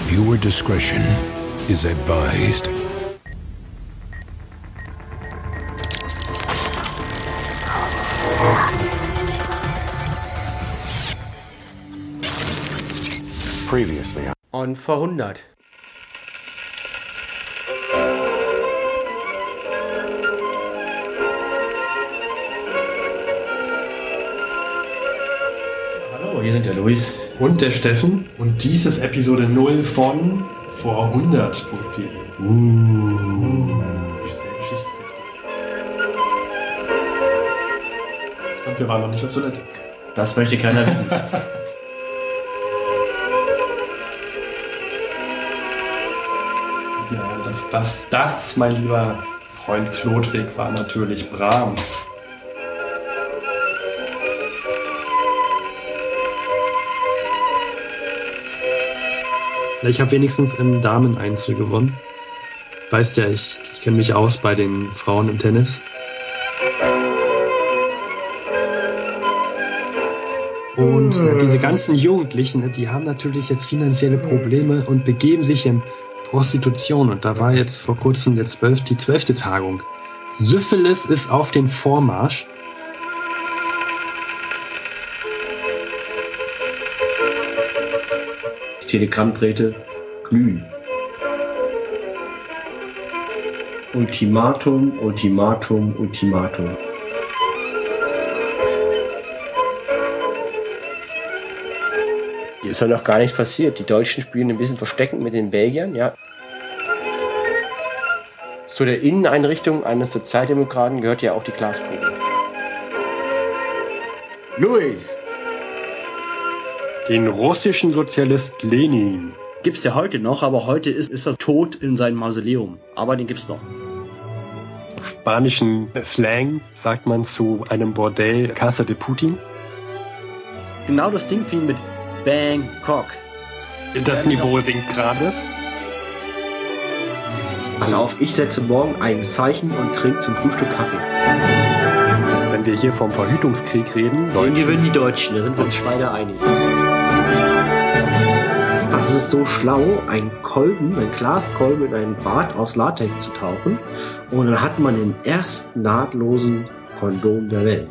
Viewer discretion is advised. Previously on Verhundert. Hallo, hier sind der Luis und der Steffen und dies ist Episode 0 von vorhundert.de. Sehr geschichtsträchtig. Und wir waren noch nicht auf Toilette. Das möchte keiner wissen. Ja, das, mein lieber Freund Chlodwig, war natürlich Brahms. Ich habe wenigstens im Dameneinzel gewonnen. Weißt ja, ich kenne mich aus bei den Frauen im Tennis. Und diese ganzen Jugendlichen, die haben natürlich jetzt finanzielle Probleme und begeben sich in Prostitution. Und da war jetzt vor kurzem die 12. Tagung. Syphilis ist auf den Vormarsch. Die Telegrammdrähte glühen. Ultimatum, Ultimatum, Ultimatum. Es ist ja noch gar nichts passiert. Die Deutschen spielen ein bisschen versteckend mit den Belgiern, ja. Zu der Inneneinrichtung eines Sozialdemokraten gehört ja auch die Glaskugel. Luis! Den russischen Sozialist Lenin. Gibt's ja heute noch, aber heute ist er tot in seinem Mausoleum. Aber den gibt's noch. Auf spanischen Slang sagt man zu einem Bordell Casa de Putin. Genau das Ding wie mit Bangkok. Das Niveau sinkt gerade. Pass auf, ich setze morgen ein Zeichen und trinke zum Frühstück Kaffee. Wenn wir hier vom Verhütungskrieg reden, den gewinnen die Deutschen, da sind wir uns beide einig. Das ist so schlau, ein Glaskolben in ein Bad aus Latex zu tauchen und dann hat man den ersten nahtlosen Kondom der Welt.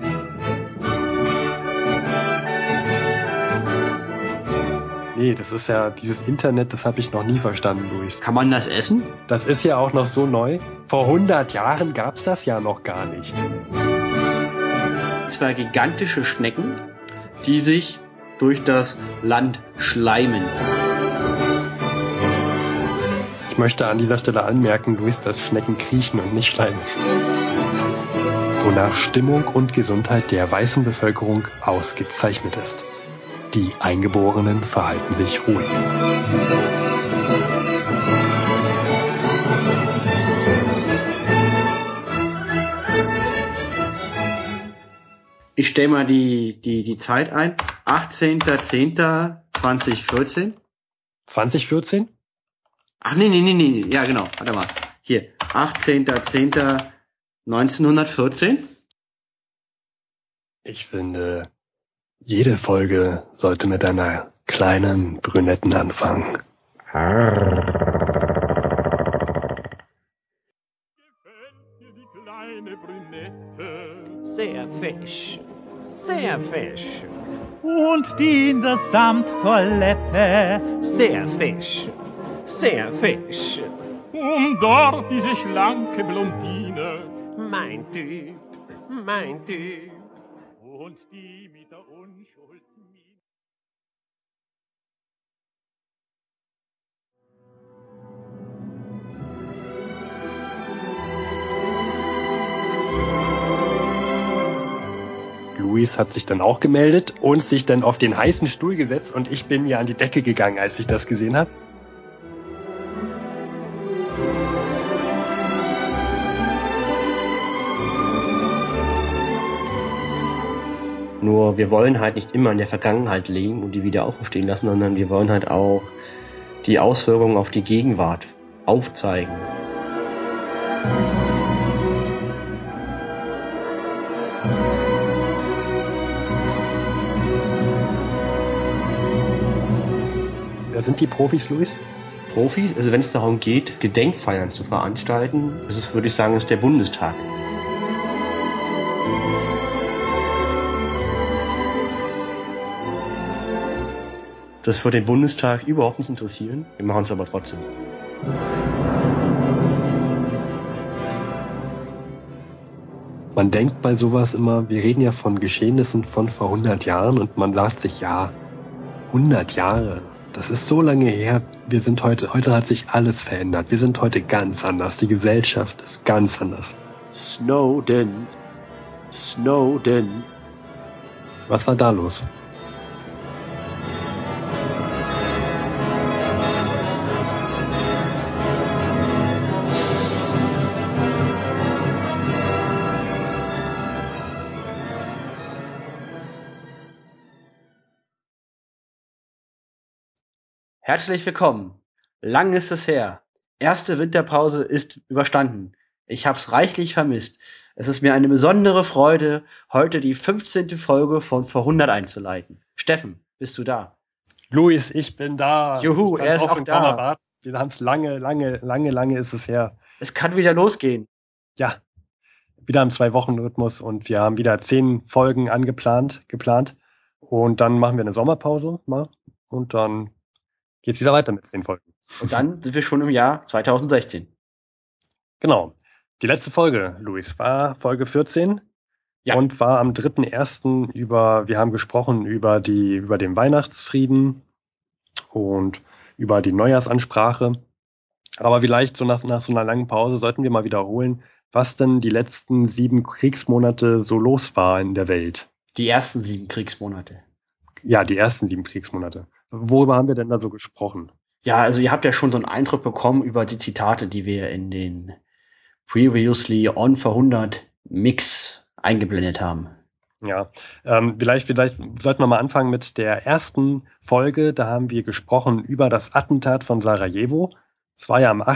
Nee, das ist ja dieses Internet, das habe ich noch nie verstanden, Luis. Kann man das essen? Das ist ja auch noch so neu. Vor 100 Jahren gab's das ja noch gar nicht. 2 gigantische Schnecken, die sich durch das Land schleimen. Ich möchte an dieser Stelle anmerken, Luis, dass Schnecken kriechen und nicht schleimen. Wonach Stimmung und Gesundheit der weißen Bevölkerung ausgezeichnet ist. Die Eingeborenen verhalten sich ruhig. Ich stelle mal die Zeit ein. 18.10.2014. 2014? Ach nee. Ja genau, warte mal. Hier, 18.10.1914. Ich finde, jede Folge sollte mit einer kleinen Brünetten anfangen. Sehr fesch, sehr fesch. Und die in der Samttoilette, Sehr fesch, sehr fesch. und dort diese schlanke Blondine. Mein Typ, mein Typ. Und die mit der Unschuld. Luis hat sich dann auch gemeldet und sich dann auf den heißen Stuhl gesetzt und ich bin ja an die Decke gegangen, als ich das gesehen habe. Nur wir wollen halt nicht immer in der Vergangenheit leben und die wieder auferstehen lassen, sondern wir wollen halt auch die Auswirkungen auf die Gegenwart aufzeigen. sind die Profis, Luis? Profis, also wenn es darum geht, Gedenkfeiern zu veranstalten, würde ich sagen, ist der Bundestag. Das wird den Bundestag überhaupt nicht interessieren. Wir machen es aber trotzdem. Man denkt bei sowas immer, wir reden ja von Geschehnissen von vor 100 Jahren und man sagt sich, ja, 100 Jahre, das ist so lange her. Wir sind heute hat sich alles verändert. Wir sind heute ganz anders. Die Gesellschaft ist ganz anders. Snowden. Was war da los? Herzlich willkommen. Lang ist es her. Erste Winterpause ist überstanden. Ich hab's reichlich vermisst. Es ist mir eine besondere Freude, heute die 15. Folge von Vor 100 einzuleiten. Steffen, bist du da? Luis, ich bin da. Juhu, er ist auch da. Wir haben es lange ist es her. Es kann wieder losgehen. Ja, wieder im 2-Wochen-Rhythmus und wir haben wieder 10 Folgen geplant. Und dann machen wir eine Sommerpause mal und dann geht's wieder weiter mit 10 Folgen. Und dann sind wir schon im Jahr 2016. Genau. Die letzte Folge, Luis, war Folge 14 und war am 3.1. wir haben gesprochen über den Weihnachtsfrieden und über die Neujahrsansprache. Aber vielleicht so nach so einer langen Pause sollten wir mal wiederholen, was denn die letzten 7 Kriegsmonate so los war in der Welt. Die ersten 7 Kriegsmonate. Ja, die ersten 7 Kriegsmonate. Worüber haben wir denn da so gesprochen? Ja, also ihr habt ja schon so einen Eindruck bekommen über die Zitate, die wir in den Previously on Vor 100 Mix eingeblendet haben. Ja, vielleicht sollten wir mal anfangen mit der ersten Folge. Da haben wir gesprochen über das Attentat von Sarajevo. Es war ja am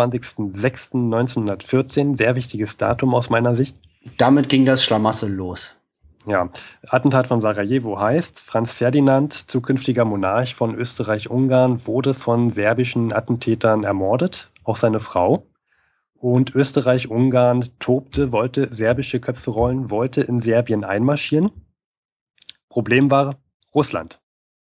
28.06.1914, sehr wichtiges Datum aus meiner Sicht. Damit ging das Schlamassel los. Ja, Attentat von Sarajevo heißt, Franz Ferdinand, zukünftiger Monarch von Österreich-Ungarn, wurde von serbischen Attentätern ermordet, auch seine Frau. Und Österreich-Ungarn tobte, wollte serbische Köpfe rollen, wollte in Serbien einmarschieren. Problem war Russland.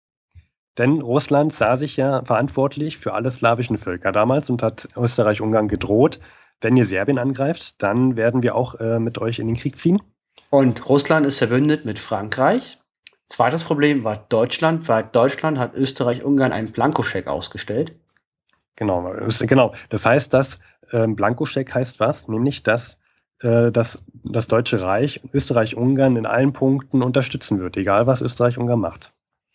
Denn Russland sah sich ja verantwortlich für alle slawischen Völker damals und hat Österreich-Ungarn gedroht, wenn ihr Serbien angreift, dann werden wir auch mit euch in den Krieg ziehen. Und Russland ist verbündet mit Frankreich. Zweites Problem war Deutschland, weil Deutschland hat Österreich-Ungarn einen Blankoscheck ausgestellt. Genau. Das heißt, dass Blankoscheck heißt was? Nämlich, dass das Deutsche Reich Österreich-Ungarn in allen Punkten unterstützen wird, egal was Österreich-Ungarn macht.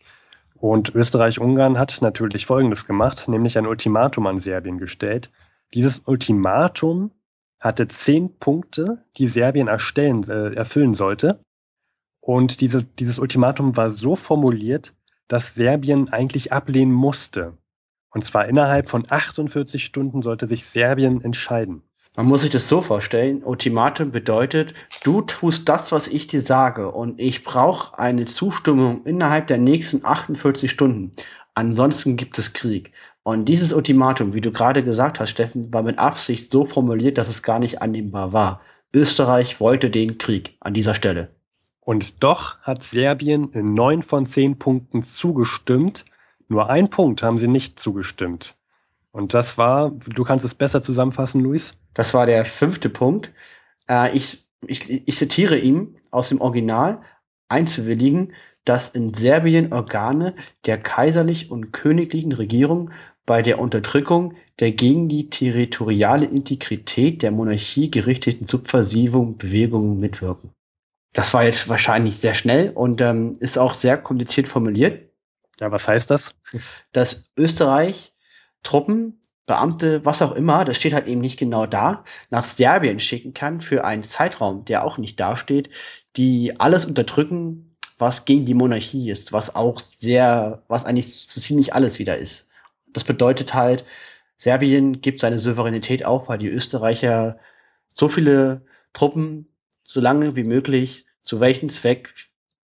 Und Österreich-Ungarn hat natürlich Folgendes gemacht, nämlich ein Ultimatum an Serbien gestellt. Dieses Ultimatum hatte 10 Punkte, die Serbien erfüllen sollte. Und dieses Ultimatum war so formuliert, dass Serbien eigentlich ablehnen musste. Und zwar innerhalb von 48 Stunden sollte sich Serbien entscheiden. Man muss sich das so vorstellen, Ultimatum bedeutet, du tust das, was ich dir sage und ich brauche eine Zustimmung innerhalb der nächsten 48 Stunden. Ansonsten gibt es Krieg. Und dieses Ultimatum, wie du gerade gesagt hast, Steffen, war mit Absicht so formuliert, dass es gar nicht annehmbar war. Österreich wollte den Krieg an dieser Stelle. Und doch hat Serbien in 9 von 10 Punkten zugestimmt. Nur 1 Punkt haben sie nicht zugestimmt. Und das war, du kannst es besser zusammenfassen, Luis? Das war der 5. Punkt. Ich zitiere ihm aus dem Original, einzuwilligen, dass in Serbien Organe der kaiserlich und königlichen Regierung bei der Unterdrückung der gegen die territoriale Integrität der Monarchie gerichteten subversiven Bewegungen mitwirken. Das war jetzt wahrscheinlich sehr schnell und ist auch sehr kompliziert formuliert. Ja, was heißt das? Dass Österreich Truppen, Beamte, was auch immer, das steht halt eben nicht genau da, nach Serbien schicken kann für einen Zeitraum, der auch nicht dasteht, die alles unterdrücken, was gegen die Monarchie ist, was eigentlich so ziemlich alles wieder ist. Das bedeutet halt, Serbien gibt seine Souveränität auf, weil die Österreicher so viele Truppen, so lange wie möglich, zu welchem Zweck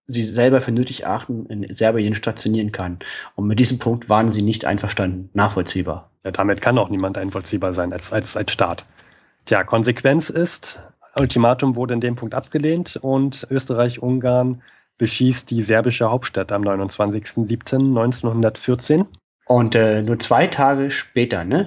sie selber für nötig achten, in Serbien stationieren kann. Und mit diesem Punkt waren sie nicht einverstanden, nachvollziehbar. Ja, damit kann auch niemand einvollziehbar sein als Staat. Tja, Konsequenz ist, Ultimatum wurde in dem Punkt abgelehnt und Österreich-Ungarn beschießt die serbische Hauptstadt am 29.07.1914. Und nur 2 Tage später, am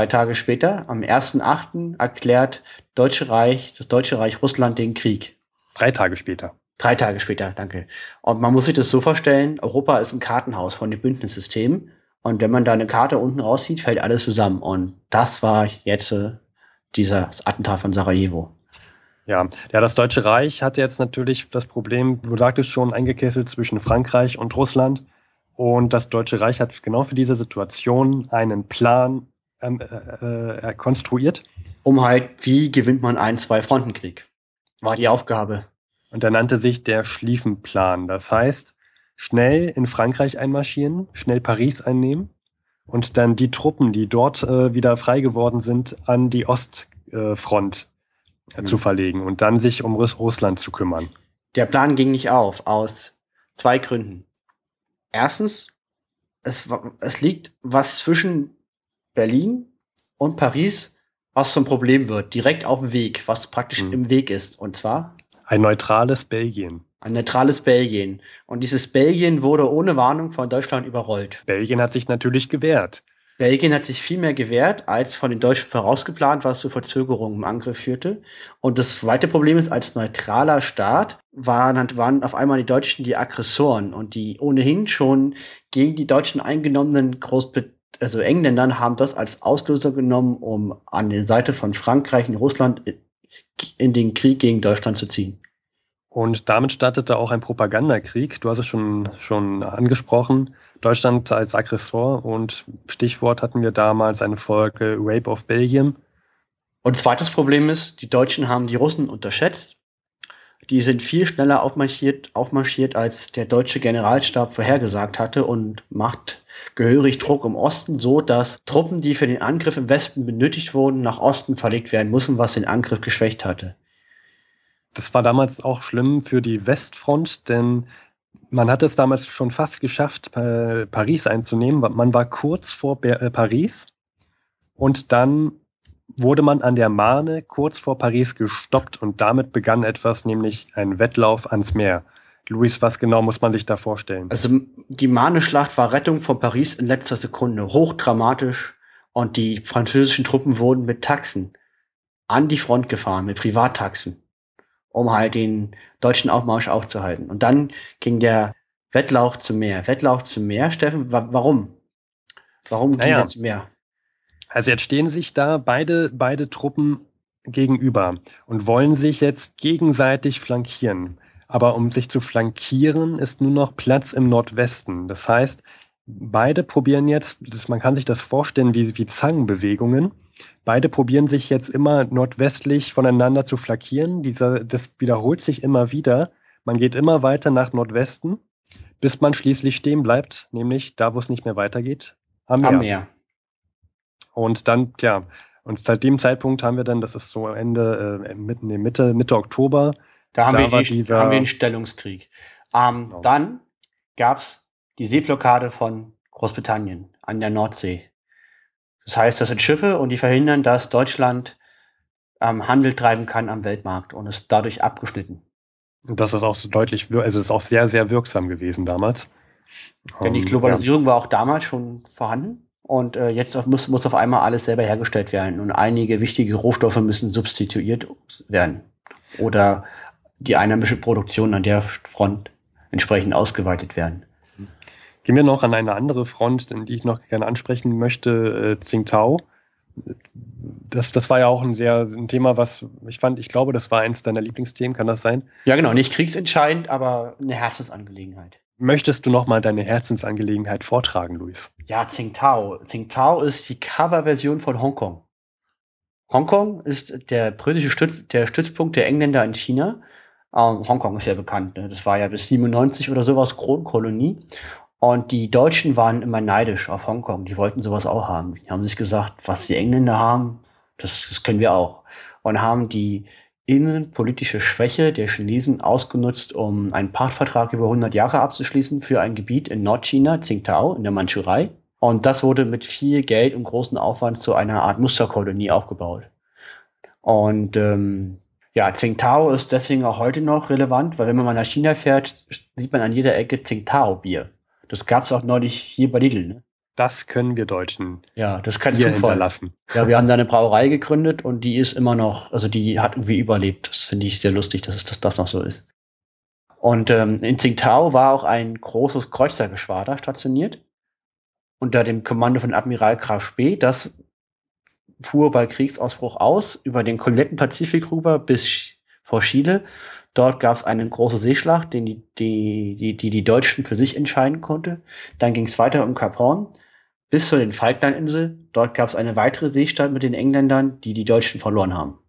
1.8. erklärt das Deutsche Reich Russland den Krieg. 3 Tage später. 3 Tage später, danke. Und man muss sich das so vorstellen, Europa ist ein Kartenhaus von dem Bündnissystem. Und wenn man da eine Karte unten rauszieht, fällt alles zusammen. Und das war jetzt dieses Attentat von Sarajevo. Ja, das Deutsche Reich hatte jetzt natürlich das Problem, du sagtest schon, eingekesselt zwischen Frankreich und Russland. Und das Deutsche Reich hat genau für diese Situation einen Plan konstruiert. Wie gewinnt man einen Zwei-Fronten-Krieg? War die Aufgabe. Und der nannte sich der Schlieffenplan. Das heißt, schnell in Frankreich einmarschieren, schnell Paris einnehmen und dann die Truppen, die dort wieder frei geworden sind, an die Ostfront zu verlegen und dann sich um Russland zu kümmern. Der Plan ging nicht auf, aus 2 Gründen. Erstens, es liegt was zwischen Berlin und Paris, was zum Problem wird, direkt auf dem Weg, was praktisch im Weg ist. Und zwar? Ein neutrales Belgien. Ein neutrales Belgien. Und dieses Belgien wurde ohne Warnung von Deutschland überrollt. Belgien hat sich natürlich gewehrt. Belgien hat sich viel mehr gewehrt, als von den Deutschen vorausgeplant, was zu Verzögerungen im Angriff führte. Und das zweite Problem ist, als neutraler Staat waren auf einmal die Deutschen die Aggressoren und die ohnehin schon gegen die Deutschen eingenommenen Engländern haben das als Auslöser genommen, um an der Seite von Frankreich und Russland in den Krieg gegen Deutschland zu ziehen. Und damit startete auch ein Propagandakrieg. Du hast es schon angesprochen. Deutschland als Aggressor und Stichwort hatten wir damals eine Folge Rape of Belgium. Und zweites Problem ist, die Deutschen haben die Russen unterschätzt. Die sind viel schneller aufmarschiert, als der deutsche Generalstab vorhergesagt hatte und macht gehörig Druck im Osten, so dass Truppen, die für den Angriff im Westen benötigt wurden, nach Osten verlegt werden mussten, was den Angriff geschwächt hatte. Das war damals auch schlimm für die Westfront, denn man hat es damals schon fast geschafft, Paris einzunehmen. Man war kurz vor Paris und dann wurde man an der Marne kurz vor Paris gestoppt und damit begann etwas, nämlich ein Wettlauf ans Meer. Luis, was genau muss man sich da vorstellen? Also die Marne-Schlacht war Rettung von Paris in letzter Sekunde, hochdramatisch, und die französischen Truppen wurden mit Taxen an die Front gefahren, mit Privattaxen, um halt den deutschen Aufmarsch aufzuhalten. Und dann ging der Wettlauf zum Meer. Wettlauf zum Meer, Steffen, warum? Warum ging das zum Meer? Also jetzt stehen sich da beide Truppen gegenüber und wollen sich jetzt gegenseitig flankieren. Aber um sich zu flankieren, ist nur noch Platz im Nordwesten. Das heißt, beide probieren jetzt, man kann sich das vorstellen wie Zangenbewegungen, beide probieren sich jetzt immer nordwestlich voneinander zu flankieren. Das wiederholt sich immer wieder. Man geht immer weiter nach Nordwesten, bis man schließlich stehen bleibt, nämlich da, wo es nicht mehr weitergeht, am Meer. Und dann, und seit dem Zeitpunkt haben wir dann, das ist so Mitte Oktober, Da haben wir den Stellungskrieg. Genau. Dann gab es die Seeblockade von Großbritannien an der Nordsee. Das heißt, das sind Schiffe und die verhindern, dass Deutschland Handel treiben kann am Weltmarkt und ist dadurch abgeschnitten. Und das ist auch so deutlich, also ist auch sehr, sehr wirksam gewesen damals. Denn die Globalisierung war auch damals schon vorhanden. Und jetzt muss auf einmal alles selber hergestellt werden. Und einige wichtige Rohstoffe müssen substituiert werden. Oder die einheimische Produktion an der Front entsprechend ausgeweitet werden. Gehen wir noch an eine andere Front, die ich noch gerne ansprechen möchte, Tsingtao. Das war ja auch ein Thema, was ich glaube, das war eins deiner Lieblingsthemen, kann das sein? Ja, genau, nicht kriegsentscheidend, aber eine Herzensangelegenheit. Möchtest du noch mal deine Herzensangelegenheit vortragen, Luis? Ja, Tsingtao. Tsingtao ist die Coverversion von Hongkong. Hongkong ist der britische Stützpunkt der Engländer in China. Hongkong ist ja bekannt, ne? Das war ja bis 97 oder sowas Kronkolonie. Und die Deutschen waren immer neidisch auf Hongkong. Die wollten sowas auch haben. Die haben sich gesagt, was die Engländer haben, das können wir auch. Und haben die innenpolitische Schwäche der Chinesen ausgenutzt, um einen Pachtvertrag über 100 Jahre abzuschließen für ein Gebiet in Nordchina, Tsingtao, in der Mandschurei. Und das wurde mit viel Geld und großem Aufwand zu einer Art Musterkolonie aufgebaut. Und Tsingtao ist deswegen auch heute noch relevant, weil wenn man mal nach China fährt, sieht man an jeder Ecke Tsingtao-Bier. Das gab es auch neulich hier bei Lidl, ne? Das können wir Deutschen Ja, das kann hier Zufall. hinterlassen. Ja, wir haben da eine Brauerei gegründet und die ist immer noch, also die hat irgendwie überlebt. Das finde ich sehr lustig, dass das noch so ist. Und in Tsingtao war auch ein großes Kreuzergeschwader stationiert unter dem Kommando von Admiral Graf Spee. Das fuhr bei Kriegsausbruch aus über den kompletten Pazifik rüber bis vor Chile. Dort gab es eine große Seeschlacht, den die Deutschen für sich entscheiden konnte. Dann ging es weiter um Kap Horn bis zu den Falklandinseln. Dort gab es eine weitere Seeschlacht mit den Engländern, die Deutschen verloren haben.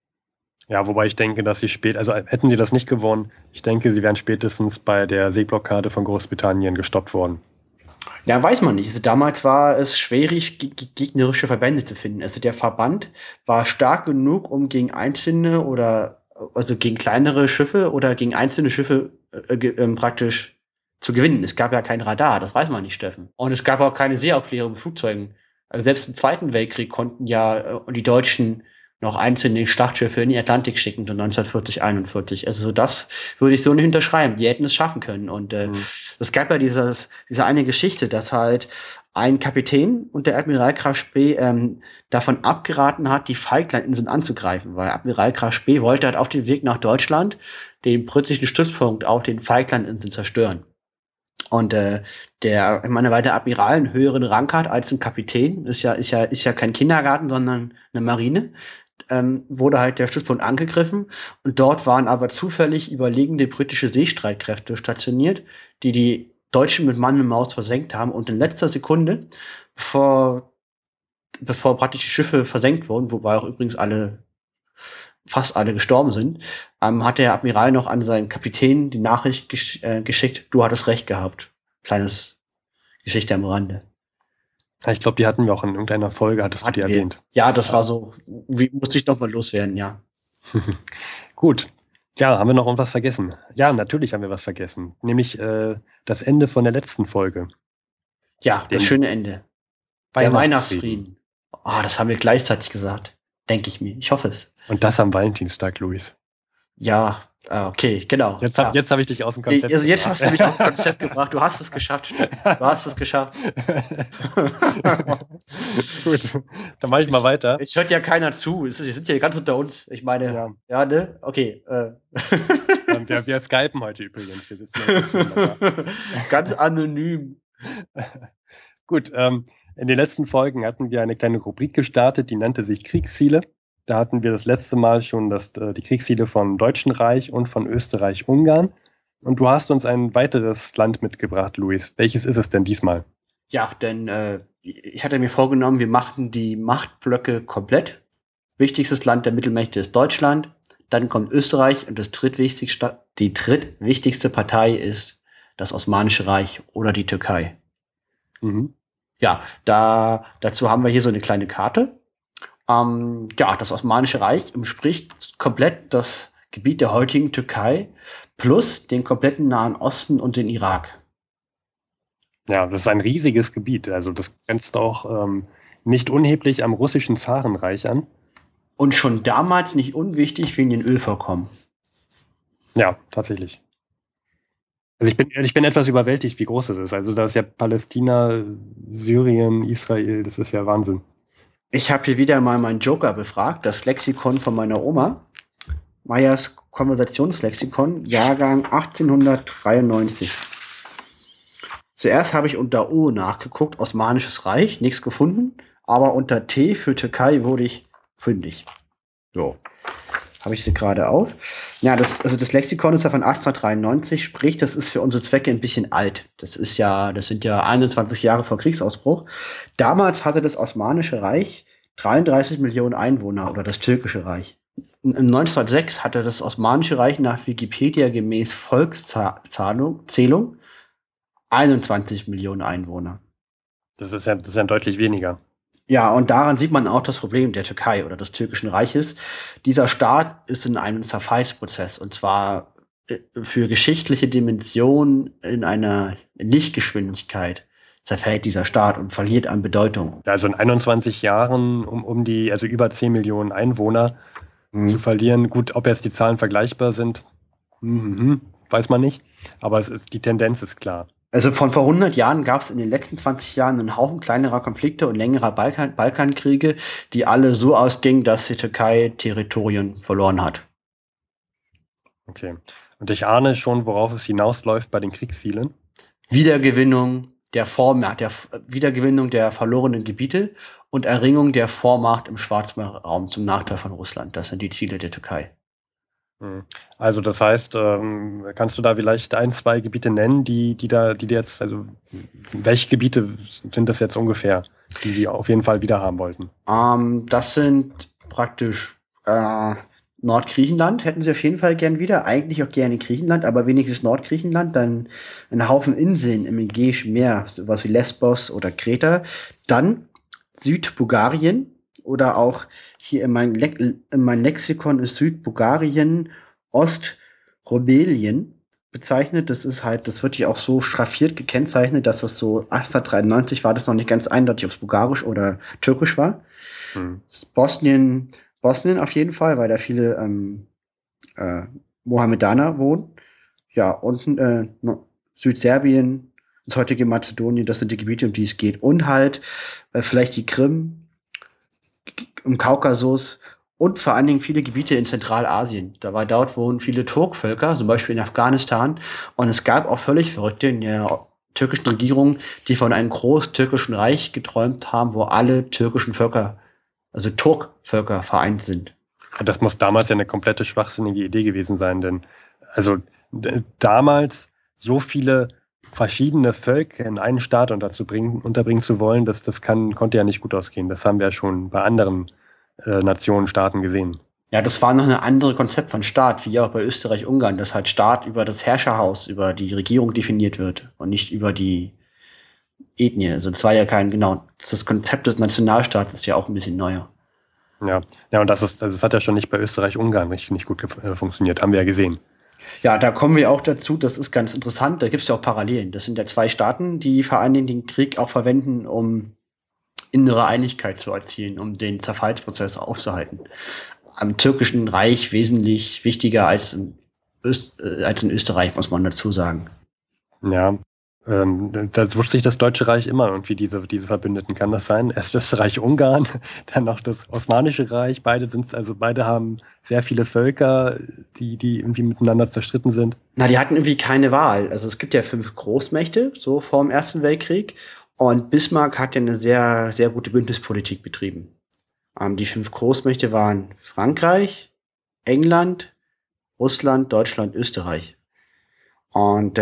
Ja, wobei ich denke, dass sie also hätten sie das nicht gewonnen, ich denke, sie wären spätestens bei der Seeblockade von Großbritannien gestoppt worden. Ja, weiß man nicht. Also damals war es schwierig, gegnerische Verbände zu finden. Also der Verband war stark genug, um gegen einzelne gegen kleinere Schiffe oder gegen einzelne Schiffe praktisch zu gewinnen. Es gab ja kein Radar, das weiß man nicht, Steffen. Und es gab auch keine Seeaufklärung mit Flugzeugen. Also selbst im Zweiten Weltkrieg konnten ja die Deutschen noch einzelne Schlachtschiffe in den Atlantik schicken, so 1940, 41. Also das würde ich so nicht unterschreiben. Die hätten es schaffen können. Und es gab ja diese eine Geschichte, dass halt ein Kapitän und der Admiral Graf Spee davon abgeraten hat, die Falklandinseln anzugreifen, weil Admiral Graf Spee wollte halt auf dem Weg nach Deutschland den britischen Stützpunkt auf den Falklandinseln zerstören. Und weil der Admiral einen höheren Rang hat als ein Kapitän, ist ja kein Kindergarten, sondern eine Marine, wurde halt der Stützpunkt angegriffen und dort waren aber zufällig überlegene britische Seestreitkräfte stationiert, die Deutschen mit Mann und Maus versenkt haben und in letzter Sekunde, bevor praktisch die Schiffe versenkt wurden, wobei auch übrigens fast alle gestorben sind, hat der Admiral noch an seinen Kapitän die Nachricht geschickt, du hattest recht gehabt. Kleines Geschichte am Rande. Ich glaube, die hatten wir auch in irgendeiner Folge, hattest du die erwähnt. Ja, das war so, musste ich noch mal loswerden, ja. Gut. Ja, haben wir noch was vergessen? Ja, natürlich haben wir was vergessen. Nämlich das Ende von der letzten Folge. Ja, das schöne Ende. Der Weihnachtsfrieden. Das haben wir gleichzeitig gesagt. Denke ich mir. Ich hoffe es. Und das am Valentinstag, Luis. Ja, okay, genau. Jetzt hab ich dich aus dem Konzept gebracht. Jetzt hast du mich aus dem Konzept gebracht. Du hast es geschafft. Du hast es geschafft. Gut, dann mache ich mal weiter. Es hört ja keiner zu. Wir sind ja ganz unter uns. Ich meine, ja ne? Okay. Wir skypen heute übrigens. Wir wissen ganz anonym. Gut, in den letzten Folgen hatten wir eine kleine Rubrik gestartet, die nannte sich Kriegsziele. Da hatten wir das letzte Mal schon die Kriegsziele vom Deutschen Reich und von Österreich-Ungarn. Und du hast uns ein weiteres Land mitgebracht, Luis. Welches ist es denn diesmal? Ja, denn ich hatte mir vorgenommen, wir machen die Machtblöcke komplett. Wichtigstes Land der Mittelmächte ist Deutschland. Dann kommt Österreich und die drittwichtigste Partei ist das Osmanische Reich oder die Türkei. Mhm. Ja, dazu haben wir hier so eine kleine Karte. Das Osmanische Reich umspricht komplett das Gebiet der heutigen Türkei plus den kompletten Nahen Osten und den Irak. Ja, das ist ein riesiges Gebiet. Also das grenzt auch nicht unerheblich am russischen Zarenreich an. Und schon damals nicht unwichtig wegen den Ölvorkommen. Ja, tatsächlich. Also ich bin etwas überwältigt, wie groß es ist. Also da ist ja Palästina, Syrien, Israel, das ist ja Wahnsinn. Ich habe hier wieder mal meinen Joker befragt, das Lexikon von meiner Oma. Meyers Konversationslexikon, Jahrgang 1893. Zuerst habe ich unter O nachgeguckt, Osmanisches Reich, nichts gefunden, aber unter T für Türkei wurde ich fündig. So, habe ich sie gerade auf. Ja, das Lexikon ist ja von 1893, sprich, das ist für unsere Zwecke ein bisschen alt. Das sind ja 21 Jahre vor Kriegsausbruch. Damals hatte das Osmanische Reich 33 Millionen Einwohner oder das Türkische Reich. 1906 hatte das Osmanische Reich nach Wikipedia gemäß Volkszählung 21 Millionen Einwohner. Das ist ja deutlich weniger. Ja, und daran sieht man auch das Problem der Türkei oder des Türkischen Reiches. Dieser Staat ist in einem Zerfallsprozess, und zwar für geschichtliche Dimensionen in einer Lichtgeschwindigkeit zerfällt dieser Staat und verliert an Bedeutung. Also in 21 Jahren also über 10 Millionen Einwohner zu verlieren. Gut, ob jetzt die Zahlen vergleichbar sind, weiß man nicht. Aber die Tendenz ist klar. Also von vor 100 Jahren gab es in den letzten 20 Jahren einen Haufen kleinerer Konflikte und längerer Balkankriege, die alle so ausgingen, dass die Türkei Territorien verloren hat. Okay. Und ich ahne schon, worauf es hinausläuft bei den Kriegszielen. Wiedergewinnung der Wiedergewinnung der verlorenen Gebiete und Erringung der Vormacht im Schwarzmeerraum zum Nachteil von Russland. Das sind die Ziele der Türkei. Also das heißt, kannst du da vielleicht 1, 2 Gebiete nennen, die jetzt, also welche Gebiete sind das jetzt ungefähr, die sie auf jeden Fall wieder haben wollten? Das sind praktisch Nordgriechenland, hätten sie auf jeden Fall gern wieder, eigentlich auch gerne Griechenland, aber wenigstens Nordgriechenland, dann ein Haufen Inseln im Ägäischen Meer, sowas wie Lesbos oder Kreta, dann Südbulgarien oder auch hier in meinem Lexikon ist Südbulgarien Ostrobelien bezeichnet. Das wird ja auch so schraffiert gekennzeichnet, dass das so 1893 war das noch nicht ganz eindeutig, ob es bulgarisch oder türkisch war. Bosnien auf jeden Fall, weil da viele Mohammedaner wohnen. Ja, unten Südserbien, das heutige Mazedonien, das sind die Gebiete, um die es geht. Und halt vielleicht die Krim, im Kaukasus und vor allen Dingen viele Gebiete in Zentralasien. Dort wohnen viele Turkvölker, zum Beispiel in Afghanistan. Und es gab auch völlig Verrückte in der türkischen Regierung, die von einem groß-türkischen Reich geträumt haben, wo alle türkischen Völker, also Turkvölker, vereint sind. Das muss damals ja eine komplette schwachsinnige Idee gewesen sein, denn also damals so viele verschiedene Völker in einen Staat unterbringen zu wollen, konnte ja nicht gut ausgehen. Das haben wir ja schon bei anderen Nationen, Staaten gesehen. Ja, das war noch ein anderes Konzept von Staat, wie auch bei Österreich-Ungarn, dass halt Staat über das Herrscherhaus, über die Regierung definiert wird und nicht über die Ethnie. Also das war ja das Konzept des Nationalstaats ist ja auch ein bisschen neuer. Ja, und das hat ja schon nicht bei Österreich-Ungarn nicht gut funktioniert, haben wir ja gesehen. Ja, da kommen wir auch dazu, das ist ganz interessant, da gibt es ja auch Parallelen. Das sind ja 2 Staaten, die vor allen Dingen den Krieg auch verwenden, um innere Einigkeit zu erzielen, um den Zerfallsprozess aufzuhalten. Am Türkischen Reich wesentlich wichtiger als in Österreich, muss man dazu sagen. Ja, da sucht sich das Deutsche Reich immer irgendwie diese Verbündeten. Kann das sein? Erst Österreich-Ungarn, dann noch das Osmanische Reich. Beide haben sehr viele Völker, die irgendwie miteinander zerstritten sind. Na, die hatten irgendwie keine Wahl. Also es gibt ja 5 Großmächte, so vor dem Ersten Weltkrieg. Und Bismarck hat ja eine sehr, sehr gute Bündnispolitik betrieben. Die 5 Großmächte waren Frankreich, England, Russland, Deutschland, Österreich. Und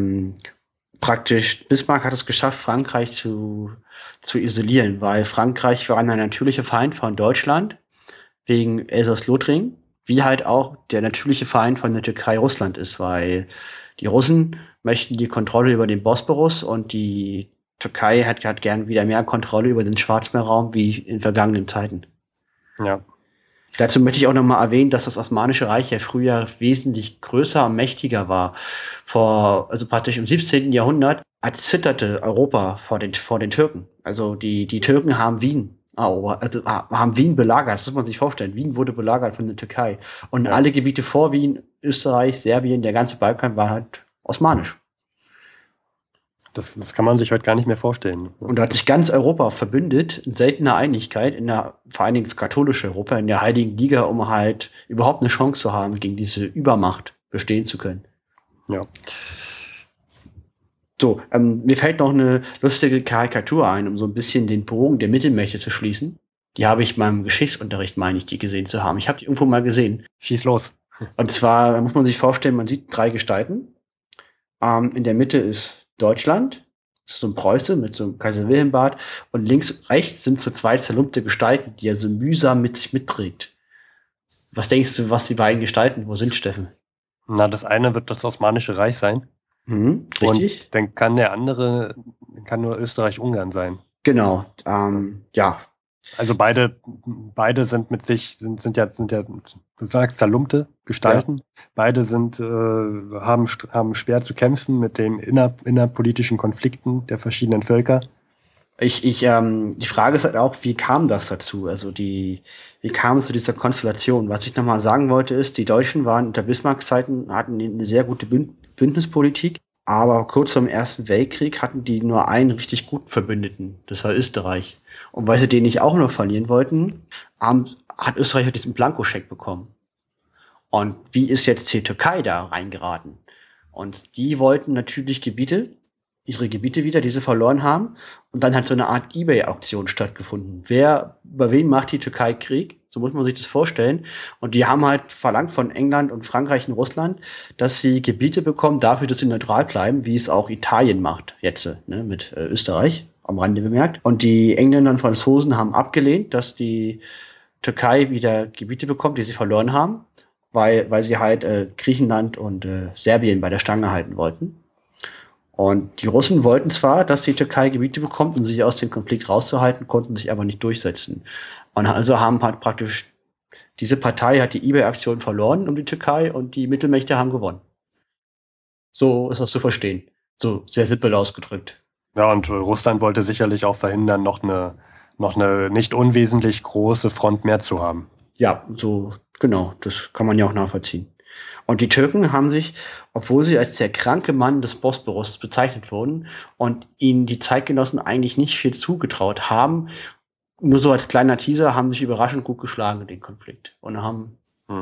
praktisch, Bismarck hat es geschafft, Frankreich zu isolieren, weil Frankreich war ein natürlicher Feind von Deutschland wegen Elsass-Lothringen, wie halt auch der natürliche Feind von der Türkei Russland ist, weil die Russen möchten die Kontrolle über den Bosporus und die Türkei hat gern wieder mehr Kontrolle über den Schwarzmeerraum wie in vergangenen Zeiten. Ja. Dazu möchte ich auch nochmal erwähnen, dass das Osmanische Reich ja früher wesentlich größer und mächtiger war. Also praktisch im 17. Jahrhundert zitterte Europa vor den Türken. Also die Türken haben Wien belagert. Das muss man sich vorstellen. Wien wurde belagert von der Türkei. Und alle Gebiete vor Wien, Österreich, Serbien, der ganze Balkan war halt osmanisch. Das kann man sich heute gar nicht mehr vorstellen. Und da hat sich ganz Europa verbündet, in seltener Einigkeit, vor allen Dingen das katholische Europa, in der Heiligen Liga, um halt überhaupt eine Chance zu haben, gegen diese Übermacht bestehen zu können. Ja. So, mir fällt noch eine lustige Karikatur ein, um so ein bisschen den Bogen der Mittelmächte zu schließen. Die habe ich in meinem Geschichtsunterricht, meine ich, die gesehen zu haben. Ich habe die irgendwo mal gesehen. Schieß los. Und zwar muss man sich vorstellen, man sieht 3 Gestalten. In der Mitte ist Deutschland, das ist so ein Preuße mit so einem Kaiser Wilhelm-Bart, und links, rechts sind so 2 zerlumpte Gestalten, die er so mühsam mit sich mitträgt. Was denkst du, was die beiden Gestalten, wo sind, Steffen? Na, das eine wird das Osmanische Reich sein. Richtig. Und dann kann der andere nur Österreich-Ungarn sein. Genau, ja. Also beide sind mit sich, sind ja, du sagst Zerlumpte Gestalten. Ja. Beide haben schwer zu kämpfen mit den innerpolitischen Konflikten der verschiedenen Völker. Die Frage ist halt auch, wie kam das dazu? Also wie kam es zu dieser Konstellation? Was ich nochmal sagen wollte ist, die Deutschen waren unter Bismarck-Zeiten, hatten eine sehr gute Bündnispolitik, aber kurz vor dem Ersten Weltkrieg hatten die nur einen richtig guten Verbündeten, das war Österreich. Und weil sie den nicht auch noch verlieren wollten, hat Österreich diesen Blankoscheck bekommen. Und wie ist jetzt die Türkei da reingeraten? Und die wollten natürlich ihre Gebiete wieder, die sie verloren haben. Und dann hat so eine Art eBay-Auktion stattgefunden. Bei wem macht die Türkei Krieg? So muss man sich das vorstellen. Und die haben halt verlangt von England und Frankreich und Russland, dass sie Gebiete bekommen dafür, dass sie neutral bleiben, wie es auch Italien macht jetzt, ne, mit Österreich, am Rande bemerkt. Und die Engländer und Franzosen haben abgelehnt, dass die Türkei wieder Gebiete bekommt, die sie verloren haben, weil sie halt Griechenland und Serbien bei der Stange halten wollten. Und die Russen wollten zwar, dass die Türkei Gebiete bekommt, um sich aus dem Konflikt rauszuhalten, konnten sich aber nicht durchsetzen. Und also haben halt praktisch, diese Partei hat die eBay-Aktion verloren um die Türkei und die Mittelmächte haben gewonnen. So ist das zu verstehen. So sehr simpel ausgedrückt. Ja, und Russland wollte sicherlich auch verhindern, noch eine nicht unwesentlich große Front mehr zu haben. Ja, so, genau, das kann man ja auch nachvollziehen. Und die Türken haben sich, obwohl sie als der kranke Mann des Bosporus bezeichnet wurden und ihnen die Zeitgenossen eigentlich nicht viel zugetraut haben, nur so als kleiner Teaser, haben sich überraschend gut geschlagen in den Konflikt und haben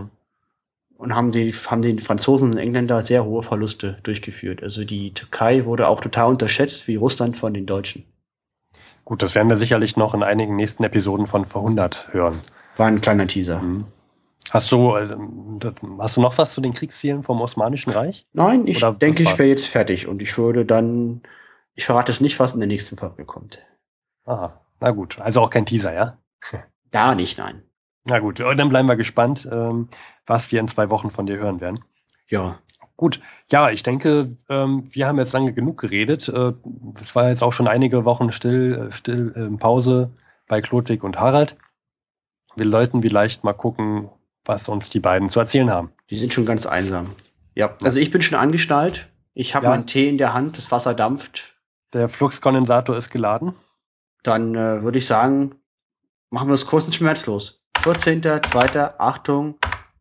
den Franzosen und Engländer sehr hohe Verluste durchgeführt. Also die Türkei wurde auch total unterschätzt, wie Russland von den Deutschen. Gut, das werden wir sicherlich noch in einigen nächsten Episoden von Vor 100 hören. War ein kleiner Teaser. Hast du noch was zu den Kriegszielen vom Osmanischen Reich? Nein, ich denke, ich wäre jetzt fertig und ich verrate es nicht, was in der nächsten Folge kommt. Aha, na gut, also auch kein Teaser, ja? Gar nicht, nein. Na gut, dann bleiben wir gespannt, was wir in 2 Wochen von dir hören werden. Ja. Gut, ja, ich denke, wir haben jetzt lange genug geredet. Es war jetzt auch schon einige Wochen still Pause bei Chlodwig und Harald. Wir läuten vielleicht mal gucken, was uns die beiden zu erzählen haben. Die sind schon ganz einsam. Ja, also ich bin schon angeschnallt. Ich habe meinen Tee in der Hand, das Wasser dampft. Der Fluxkondensator ist geladen. Dann würde ich sagen, machen wir es kurz und schmerzlos. 14.02. Achtung,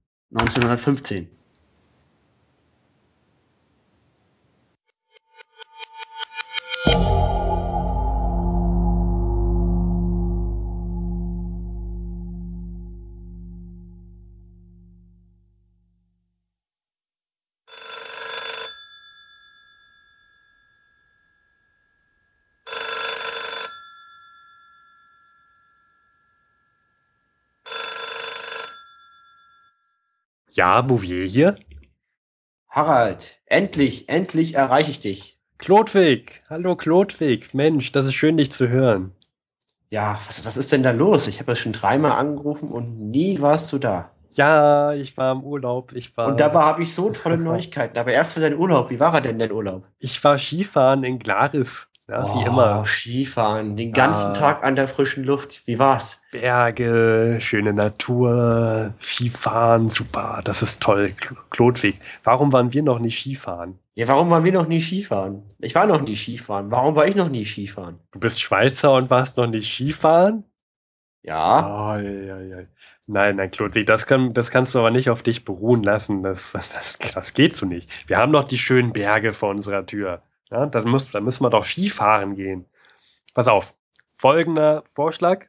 1915. Ja, Bouvier hier. Harald, endlich erreiche ich dich. Chlodwig, hallo Chlodwig. Mensch, das ist schön, dich zu hören. Ja, was ist denn da los? Ich habe das schon 3-mal angerufen und nie warst du da. Ja, ich war im Urlaub. Und dabei habe ich so tolle Neuigkeiten. Aber erst für deinen Urlaub. Wie war er denn, dein Urlaub? Ich war Skifahren in Glaris. Ja, wie immer. Skifahren, den ganzen Tag an der frischen Luft. Wie war's? Berge, schöne Natur, Skifahren, super, das ist toll, Chlodwig. Warum waren wir noch nie Skifahren? Ja, warum waren wir noch nie Skifahren? Ich war noch nie Skifahren. Warum war ich noch nie Skifahren? Du bist Schweizer und warst noch nie Skifahren? Ja. Oh. Nein, Chlodwig, das kannst du aber nicht auf dich beruhen lassen. Das geht so nicht. Wir haben doch die schönen Berge vor unserer Tür. Ja, da müssen wir doch Skifahren gehen. Pass auf, folgender Vorschlag.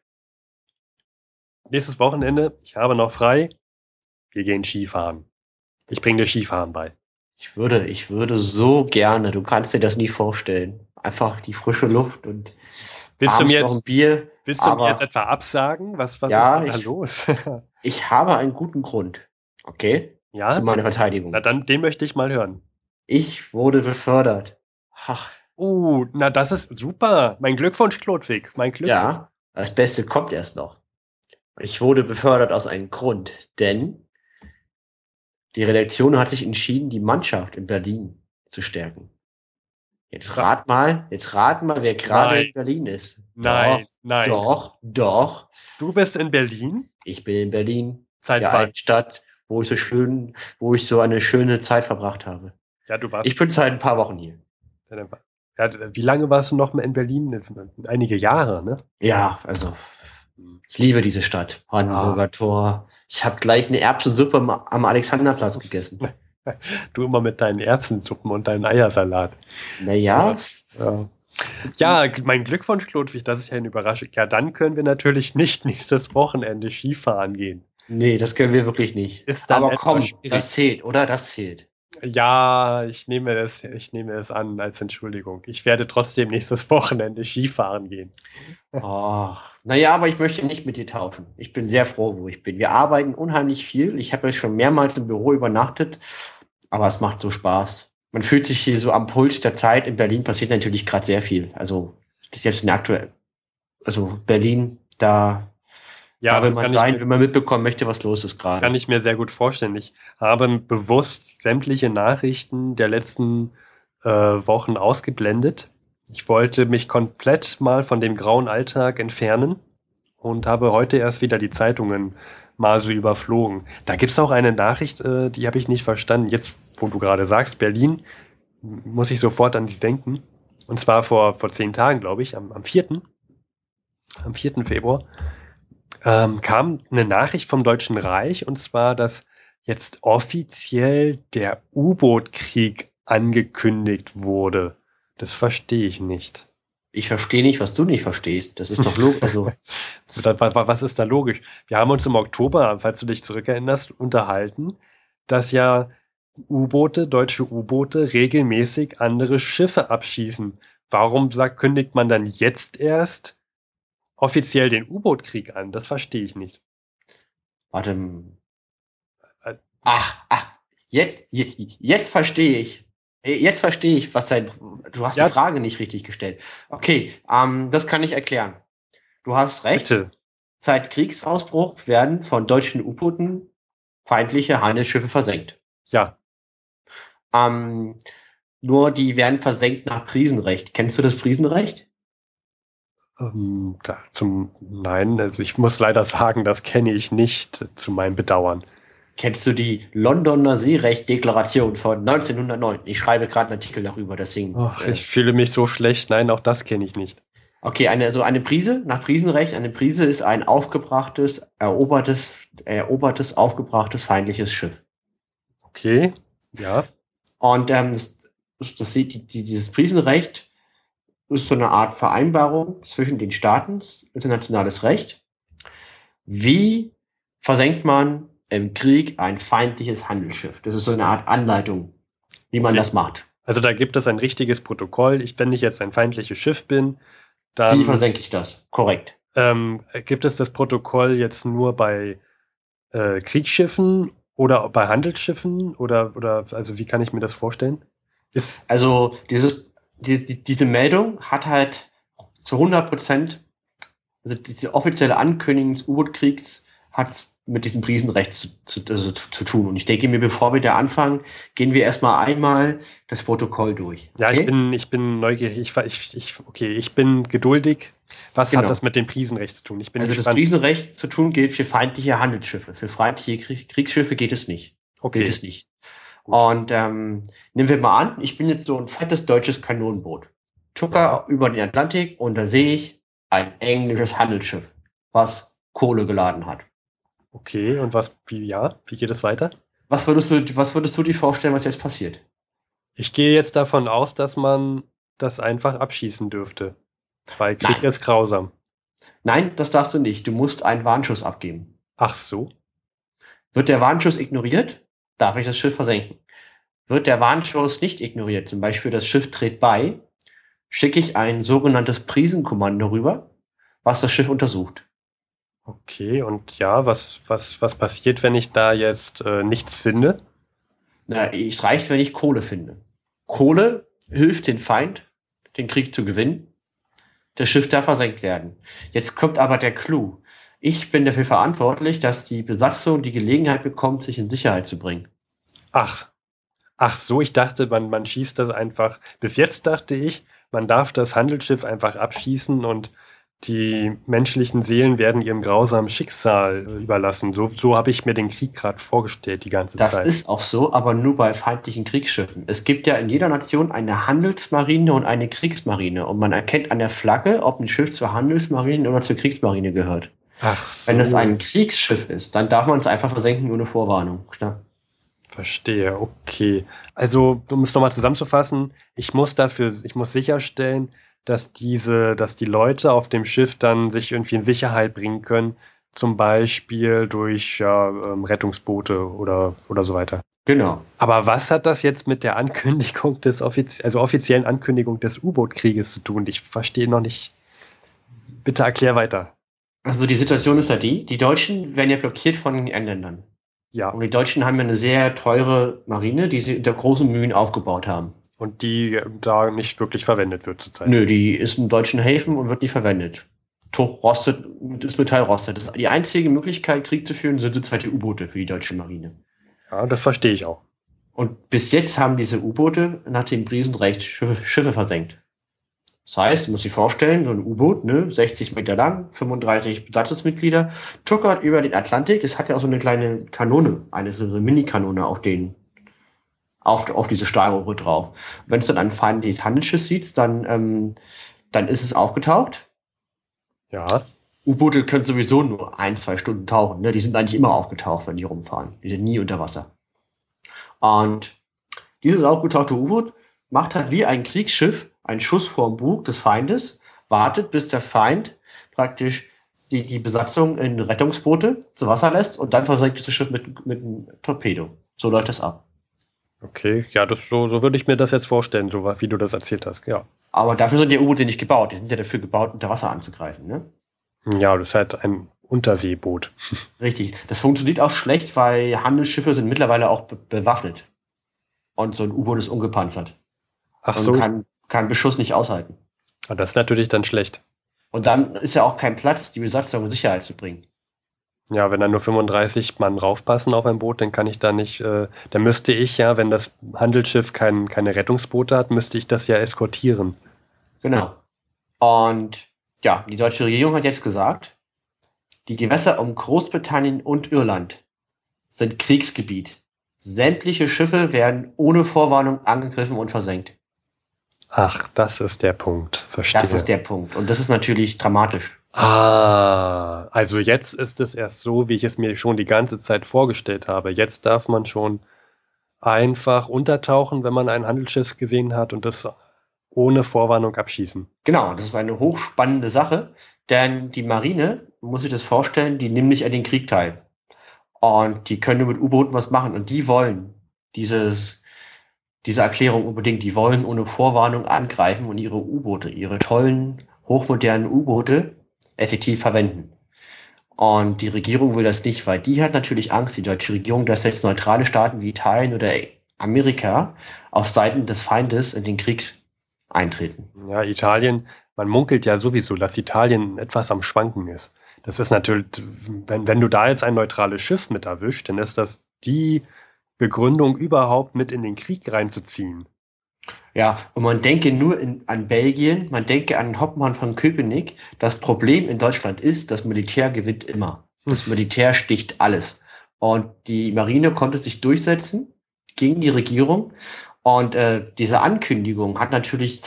Nächstes Wochenende, ich habe noch frei. Wir gehen Skifahren. Ich bringe dir Skifahren bei. Ich würde so gerne, du kannst dir das nie vorstellen. Einfach die frische Luft und willst du mir noch ein Bier. Willst du mir jetzt etwa absagen? Was ist denn da los? Ich habe einen guten Grund. Okay? Ja? Zu meiner Verteidigung. Na dann, den möchte ich mal hören. Ich wurde befördert. Ach. Na das ist super. Mein Glückwunsch, Chlodwig. Mein Glückwunsch. Ja, das Beste kommt erst noch. Ich wurde befördert aus einem Grund, denn die Redaktion hat sich entschieden, die Mannschaft in Berlin zu stärken. Jetzt rat mal, wer gerade Nein. in Berlin ist. Nein, nein. Doch. Du bist in Berlin? Ich bin in Berlin, Seit der wann? einen Stadt, wo ich so eine schöne Zeit verbracht habe. Ja, du warst. Ich bin seit ein paar Wochen hier. Ja, wie lange warst du noch mal in Berlin? Einige Jahre, ne? Ja, also ich liebe diese Stadt. Brandenburger Tor. Ich habe gleich eine Erbsensuppe am Alexanderplatz gegessen. Du immer mit deinen Erbsensuppen und deinem Eiersalat. Naja, Ja, mein Glückwunsch, Ludwig, das ist ja eine Überraschung. Ja, dann können wir natürlich nicht nächstes Wochenende Skifahren gehen. nee, das können wir wirklich nicht. Ist dann Aber etwas komm, schwierig. das zählt, oder? Das zählt. Ja, ich nehme es an als Entschuldigung. Ich werde trotzdem nächstes Wochenende Skifahren gehen. Naja, aber ich möchte nicht mit dir tauschen. Ich bin sehr froh, wo ich bin. Wir arbeiten unheimlich viel. Ich habe ja schon mehrmals im Büro übernachtet, aber es macht so Spaß. Man fühlt sich hier so am Puls der Zeit. In Berlin passiert natürlich gerade sehr viel. Also das ist jetzt Berlin, da will das man kann sein, ich wenn man mitbekommen möchte, was los ist Das kann gerade. ich mir sehr gut vorstellen. Ich habe bewusst sämtliche Nachrichten der letzten Wochen ausgeblendet. Ich wollte mich komplett mal von dem grauen Alltag entfernen und habe heute erst wieder die Zeitungen mal so überflogen. Da gibt es auch eine Nachricht, die habe ich nicht verstanden. Jetzt, wo du gerade sagst, Berlin, muss ich sofort an sie denken. Und zwar vor 10 Tagen, glaube ich, am 4. Februar. Kam eine Nachricht vom Deutschen Reich, und zwar, dass jetzt offiziell der U-Boot-Krieg angekündigt wurde. Das verstehe ich nicht. Ich verstehe nicht, was du nicht verstehst. Das ist doch logisch. Also, Was ist da logisch? Wir haben uns im Oktober, falls du dich zurückerinnerst, unterhalten, dass ja deutsche U-Boote regelmäßig andere Schiffe abschießen. Warum kündigt man dann jetzt erst offiziell den U-Boot-Krieg an? Das verstehe ich nicht. warte. Jetzt verstehe ich. Jetzt verstehe ich, du hast Ja. die Frage nicht richtig gestellt. Okay, das kann ich erklären. Du hast recht. Bitte. Seit Kriegsausbruch werden von deutschen U-Booten feindliche Handelsschiffe versenkt. Ja, Nur die werden versenkt nach Prisenrecht. Kennst du das Prisenrecht? nein, also ich muss leider sagen, das kenne ich nicht, zu meinem Bedauern. Kennst du die Londoner Seerecht-Deklaration von 1909? Ich schreibe gerade einen Artikel darüber, deswegen. Ach, ich fühle mich so schlecht. Nein, auch das kenne ich nicht. Okay, eine Prise, nach Prisenrecht, eine Prise ist ein erobertes, aufgebrachtes feindliches Schiff. Okay, ja. Und dieses Prisenrecht ist so eine Art Vereinbarung zwischen den Staaten, internationales Recht. Wie versenkt man im Krieg ein feindliches Handelsschiff? Das ist so eine Art Anleitung, wie man Okay. das macht. Also da gibt es ein richtiges Protokoll. Wenn ich jetzt ein feindliches Schiff bin, dann Wie versenke ich das? Korrekt. gibt es das Protokoll jetzt nur bei Kriegsschiffen oder bei Handelsschiffen oder also wie kann ich mir das vorstellen? Also diese Meldung hat halt zu 100%, also diese offizielle Ankündigung des U-Boot-Kriegs hat mit diesem Prisenrecht zu tun. Und ich denke mir, bevor wir da anfangen, gehen wir erstmal einmal das Protokoll durch. Ja, Okay? ich bin neugierig. Ich bin geduldig. Was Genau. hat das mit dem Prisenrecht zu tun? Ich bin Also das gespannt. Prisenrecht zu tun gilt für feindliche Handelsschiffe. Für feindliche Kriegsschiffe geht es nicht. Okay. Geht es nicht. Und nehmen wir mal an, ich bin jetzt so ein fettes deutsches Kanonenboot. Tucker über den Atlantik und da sehe ich ein englisches Handelsschiff, was Kohle geladen hat. Okay, und wie geht es weiter? Was würdest du dir vorstellen, was jetzt passiert? Ich gehe jetzt davon aus, dass man das einfach abschießen dürfte. Weil Krieg Nein. ist grausam. Nein, das darfst du nicht. Du musst einen Warnschuss abgeben. Ach so. Wird der Warnschuss ignoriert, darf ich das Schiff versenken. Wird der Warnschuss nicht ignoriert, zum Beispiel das Schiff dreht bei, schicke ich ein sogenanntes Prisenkommando rüber, was das Schiff untersucht. Okay, und ja, was passiert, wenn ich da jetzt nichts finde? Na, es reicht, wenn ich Kohle finde. Kohle hilft den Feind, den Krieg zu gewinnen. Das Schiff darf versenkt werden. Jetzt kommt aber der Clou. Ich bin dafür verantwortlich, dass die Besatzung die Gelegenheit bekommt, sich in Sicherheit zu bringen. Ach, Ach so, ich dachte, man schießt das einfach. Bis jetzt dachte ich, man darf das Handelsschiff einfach abschießen und die menschlichen Seelen werden ihrem grausamen Schicksal überlassen. So habe ich mir den Krieg gerade vorgestellt die ganze Das Zeit. ist auch so, aber nur bei feindlichen Kriegsschiffen. Es gibt ja in jeder Nation eine Handelsmarine und eine Kriegsmarine. Und man erkennt an der Flagge, ob ein Schiff zur Handelsmarine oder zur Kriegsmarine gehört. Ach so. Wenn es ein Kriegsschiff ist, dann darf man es einfach versenken ohne Vorwarnung. Klar. Verstehe, okay. Also, um es nochmal zusammenzufassen, ich muss sicherstellen, dass die Leute auf dem Schiff dann sich irgendwie in Sicherheit bringen können, zum Beispiel durch Rettungsboote oder so weiter. Genau. Aber was hat das jetzt mit der Ankündigung offiziellen Ankündigung des U-Boot-Krieges zu tun? Ich verstehe noch nicht. Bitte erklär weiter. Also die Situation ist ja die Deutschen werden ja blockiert von den Engländern. Ja. Und die Deutschen haben ja eine sehr teure Marine, die sie unter großen Mühen aufgebaut haben. Und die da nicht wirklich verwendet wird zurzeit. Nö, die ist in deutschen Häfen und wird nicht verwendet. Rostet, das Metall rostet. Die einzige Möglichkeit, Krieg zu führen, sind zurzeit die U-Boote für die deutsche Marine. Ja, das verstehe ich auch. Und bis jetzt haben diese U-Boote nach dem Brisenrecht Schiffe versenkt. Das heißt, du musst dir vorstellen, so ein U-Boot, 60 Meter lang, 35 Besatzungsmitglieder, tuckert über den Atlantik. Es hat ja auch so eine kleine Kanone, so eine Mini-Kanone auf diese Stahlrohre drauf. Wenn es dann ein feindliches Handelsschiff sieht, dann ist es aufgetaucht. Ja. U-Boote können sowieso nur 1-2 Stunden tauchen. Ne? Die sind eigentlich immer aufgetaucht, wenn die rumfahren. Die sind nie unter Wasser. Und dieses aufgetauchte U-Boot macht halt wie ein Kriegsschiff einen Schuss vorm Bug des Feindes, wartet, bis der Feind praktisch die Besatzung in Rettungsboote zu Wasser lässt und dann versenkt das Schiff mit einem Torpedo. So läuft das ab. Okay, ja, so würde ich mir das jetzt vorstellen, so wie du das erzählt hast, ja. Aber dafür sind die U-Boote nicht gebaut. Die sind ja dafür gebaut, unter Wasser anzugreifen, ne? Ja, das ist halt ein Unterseeboot. Richtig. Das funktioniert auch schlecht, weil Handelsschiffe sind mittlerweile auch bewaffnet. Und so ein U-Boot ist ungepanzert. Ach und so. Kann Beschuss nicht aushalten. Das ist natürlich dann schlecht. Und dann ist ja auch kein Platz, die Besatzung in Sicherheit zu bringen. Ja, wenn da nur 35 Mann raufpassen auf ein Boot, dann kann ich da nicht, dann müsste ich ja, wenn das Handelsschiff keine Rettungsboote hat, müsste ich das ja eskortieren. Genau. Und ja, die deutsche Regierung hat jetzt gesagt, die Gewässer um Großbritannien und Irland sind Kriegsgebiet. Sämtliche Schiffe werden ohne Vorwarnung angegriffen und versenkt. Ach, das ist der Punkt. Verstehe. Das ist der Punkt. Und das ist natürlich dramatisch. Ah, also jetzt ist es erst so, wie ich es mir schon die ganze Zeit vorgestellt habe. Jetzt darf man schon einfach untertauchen, wenn man ein Handelsschiff gesehen hat und das ohne Vorwarnung abschießen. Genau, das ist eine hochspannende Sache, denn die Marine, man muss sich das vorstellen, die nimmt nicht an den Krieg teil. Und die können nur mit U-Booten was machen und die wollen diese Erklärung unbedingt, die wollen ohne Vorwarnung angreifen und ihre U-Boote, ihre tollen, hochmodernen U-Boote effektiv verwenden. Und die Regierung will das nicht, weil die hat natürlich Angst, die deutsche Regierung, dass jetzt neutrale Staaten wie Italien oder Amerika auf Seiten des Feindes in den Krieg eintreten. Ja, Italien, man munkelt ja sowieso, dass Italien etwas am Schwanken ist. Das ist natürlich, wenn du da jetzt ein neutrales Schiff mit erwischt, dann ist das die Begründung überhaupt mit in den Krieg reinzuziehen. Ja, und man denke nur an Belgien, man denke an Hoffmann von Köpenick. Das Problem in Deutschland ist, das Militär gewinnt immer. Das Militär sticht alles. Und die Marine konnte sich durchsetzen gegen die Regierung. Und diese Ankündigung hat natürlich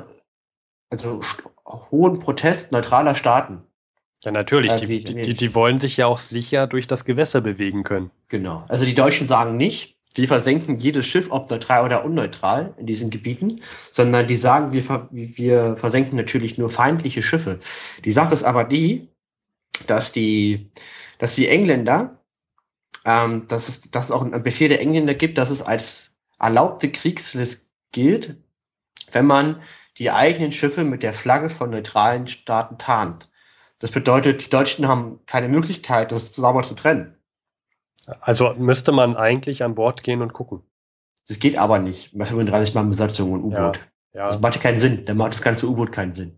hohen Protest neutraler Staaten. Ja, natürlich. Die wollen sich ja auch sicher durch das Gewässer bewegen können. Genau. Also die Deutschen sagen nicht, wir versenken jedes Schiff, ob neutral oder unneutral in diesen Gebieten, sondern die sagen, wir versenken natürlich nur feindliche Schiffe. Die Sache ist aber die, dass die Engländer, dass es auch einen Befehl der Engländer gibt, dass es als erlaubte Kriegslist gilt, wenn man die eigenen Schiffe mit der Flagge von neutralen Staaten tarnt. Das bedeutet, die Deutschen haben keine Möglichkeit, das sauber zu trennen. Also müsste man eigentlich an Bord gehen und gucken. Das geht aber nicht bei 35 Mann Besatzung und U-Boot. Ja. Das macht keinen Sinn. Dann macht das ganze U-Boot keinen Sinn.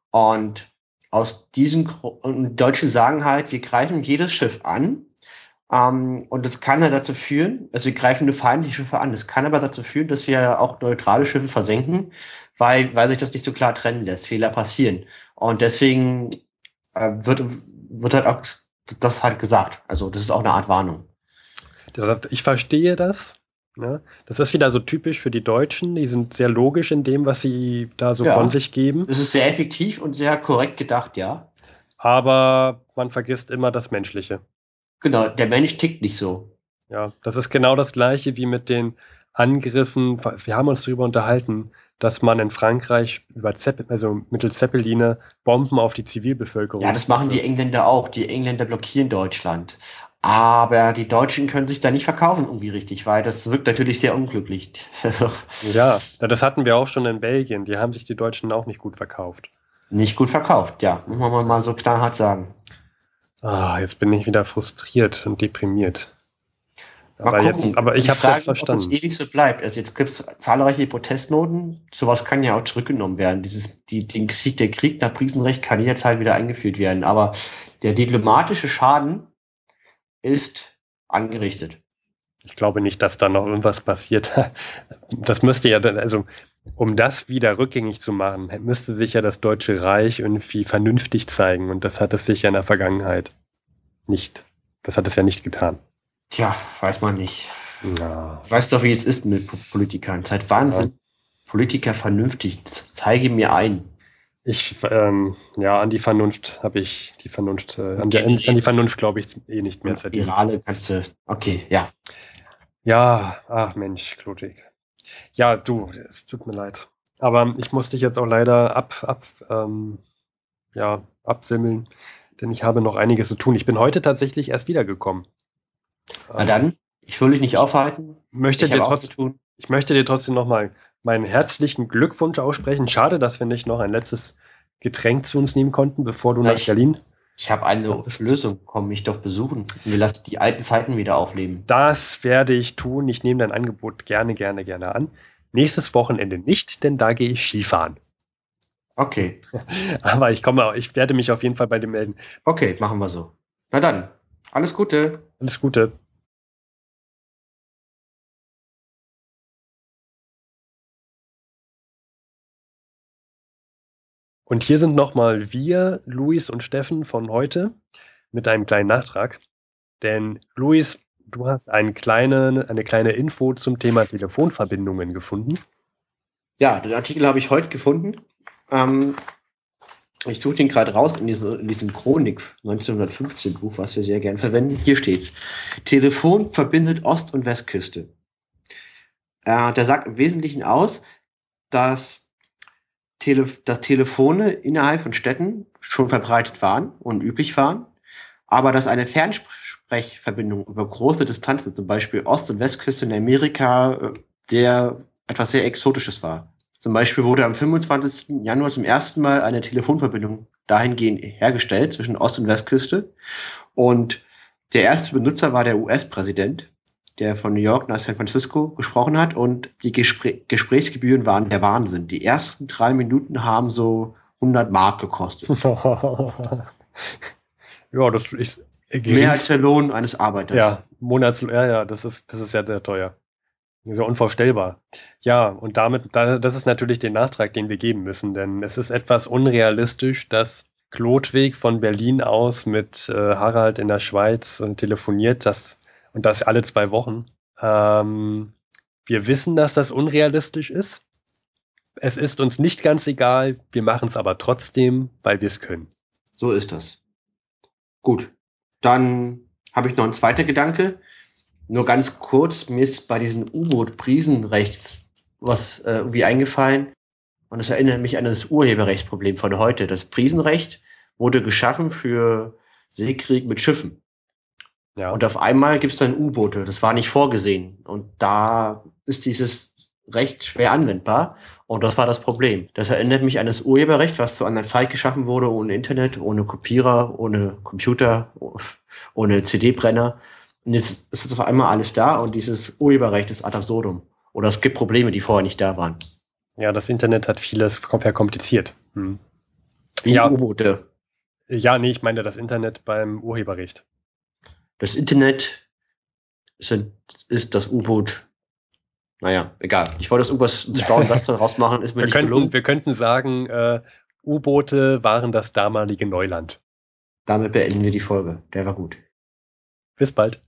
Und aus diesem Grund, die Deutschen sagen halt, wir greifen jedes Schiff an, Und das kann ja dazu führen, also wir greifen nur feindliche Schiffe an, das kann aber dazu führen, dass wir auch neutrale Schiffe versenken, weil sich das nicht so klar trennen lässt, Fehler passieren. Und deswegen wird halt auch das halt gesagt. Also das ist auch eine Art Warnung. Ich verstehe das. Ja. Das ist wieder so typisch für die Deutschen. Die sind sehr logisch in dem, was sie da so von sich geben. Das ist sehr effektiv und sehr korrekt gedacht, ja. Aber man vergisst immer das Menschliche. Genau, der Mensch tickt nicht so. Ja, das ist genau das Gleiche wie mit den Angriffen. Wir haben uns darüber unterhalten, dass man in Frankreich mittels Zeppeline Bomben auf die Zivilbevölkerung. Ja, das machen die Engländer auch. Die Engländer blockieren Deutschland. Aber die Deutschen können sich da nicht verkaufen irgendwie richtig, weil das wirkt natürlich sehr unglücklich. Ja, das hatten wir auch schon in Belgien. Die haben sich die Deutschen auch nicht gut verkauft. Nicht gut verkauft, ja. Muss man mal so knallhart sagen. Jetzt bin ich wieder frustriert und deprimiert. Aber ich habe es jetzt verstanden. Ob es ewig so bleibt. Also jetzt gibt es zahlreiche Protestnoten. Sowas kann ja auch zurückgenommen werden. Der Krieg nach Prisenrecht kann jederzeit wieder eingeführt werden. Aber der diplomatische Schaden ist angerichtet. Ich glaube nicht, dass da noch irgendwas passiert. Das müsste ja, also um das wieder rückgängig zu machen, müsste sich ja das Deutsche Reich irgendwie vernünftig zeigen. Und das hat es sich ja in der Vergangenheit nicht. Das hat es ja nicht getan. Tja, weiß man nicht. Ja. Weißt doch, wie es ist mit Politikern. Seit wann sind Politiker vernünftig? Zeige mir ein. An die Vernunft habe ich an die Vernunft glaube ich nicht mehr zerlegt. Spirale kannst du, okay, ja. Ja, ach Mensch, Klotik. Ja, du, es tut mir leid. Aber ich muss dich jetzt auch leider abwimmeln, denn ich habe noch einiges zu tun. Ich bin heute tatsächlich erst wiedergekommen. Na dann, ich will dich nicht aufhalten. Ich möchte dir trotzdem nochmal meinen herzlichen Glückwunsch aussprechen. Schade, dass wir nicht noch ein letztes Getränk zu uns nehmen konnten, bevor du nach Berlin. Ich habe eine Lösung. Komm mich doch besuchen. Wir lassen die alten Zeiten wieder aufleben. Das werde ich tun. Ich nehme dein Angebot gerne an. Nächstes Wochenende nicht, denn da gehe ich Skifahren. Okay. Aber ich werde mich auf jeden Fall bei dir melden. Okay, machen wir so. Na dann, alles Gute. Alles Gute. Und hier sind nochmal wir, Luis und Steffen von heute mit einem kleinen Nachtrag. Denn Luis, du hast eine kleine Info zum Thema Telefonverbindungen gefunden. Ja, den Artikel habe ich heute gefunden. Ich suche den gerade raus in diesem Chronik 1915 Buch, was wir sehr gern verwenden. Hier steht's. Telefon verbindet Ost- und Westküste. Der sagt im Wesentlichen aus, dass Telefone innerhalb von Städten schon verbreitet waren und üblich waren, aber dass eine Fernsprechverbindung über große Distanzen, zum Beispiel Ost- und Westküste in Amerika, etwas sehr Exotisches war. Zum Beispiel wurde am 25. Januar zum ersten Mal eine Telefonverbindung dahingehend hergestellt zwischen Ost- und Westküste. Und der erste Benutzer war der US-Präsident, der von New York nach San Francisco gesprochen hat. Und die Gesprächsgebühren waren der Wahnsinn. Die ersten 3 Minuten haben so 100 Mark gekostet. Ja, das ist mehr als der Lohn eines Arbeiters. Ja, das ist ja sehr teuer. So unvorstellbar. Ja, und das ist natürlich der Nachtrag, den wir geben müssen, denn es ist etwas unrealistisch, dass Klotwig von Berlin aus mit Harald in der Schweiz telefoniert, und das alle 2 Wochen. Wir wissen, dass das unrealistisch ist. Es ist uns nicht ganz egal, wir machen es aber trotzdem, weil wir es können. So ist das. Gut, dann habe ich noch einen zweiten Gedanke. Nur ganz kurz, mir ist bei diesen U-Boot-Prisenrechts was irgendwie eingefallen. Und es erinnert mich an das Urheberrechtsproblem von heute. Das Prisenrecht wurde geschaffen für Seekrieg mit Schiffen. Ja. Und auf einmal gibt es dann U-Boote. Das war nicht vorgesehen. Und da ist dieses Recht schwer anwendbar. Und das war das Problem. Das erinnert mich an das Urheberrecht, was zu einer Zeit geschaffen wurde, ohne Internet, ohne Kopierer, ohne Computer, ohne CD-Brenner. Und jetzt ist es auf einmal alles da und dieses Urheberrecht ist ad absurdum. Oder es gibt Probleme, die vorher nicht da waren. Ja, das Internet hat vieles verkompliziert. Wie U-Boote. Ja, nee, ich meine das Internet beim Urheberrecht. Das Internet ist das U-Boot. Naja, egal. Ich wollte irgendwas einen schlauen Satz daraus machen, ist mir nicht gelungen. Wir könnten sagen, U-Boote waren das damalige Neuland. Damit beenden wir die Folge. Der war gut. Bis bald.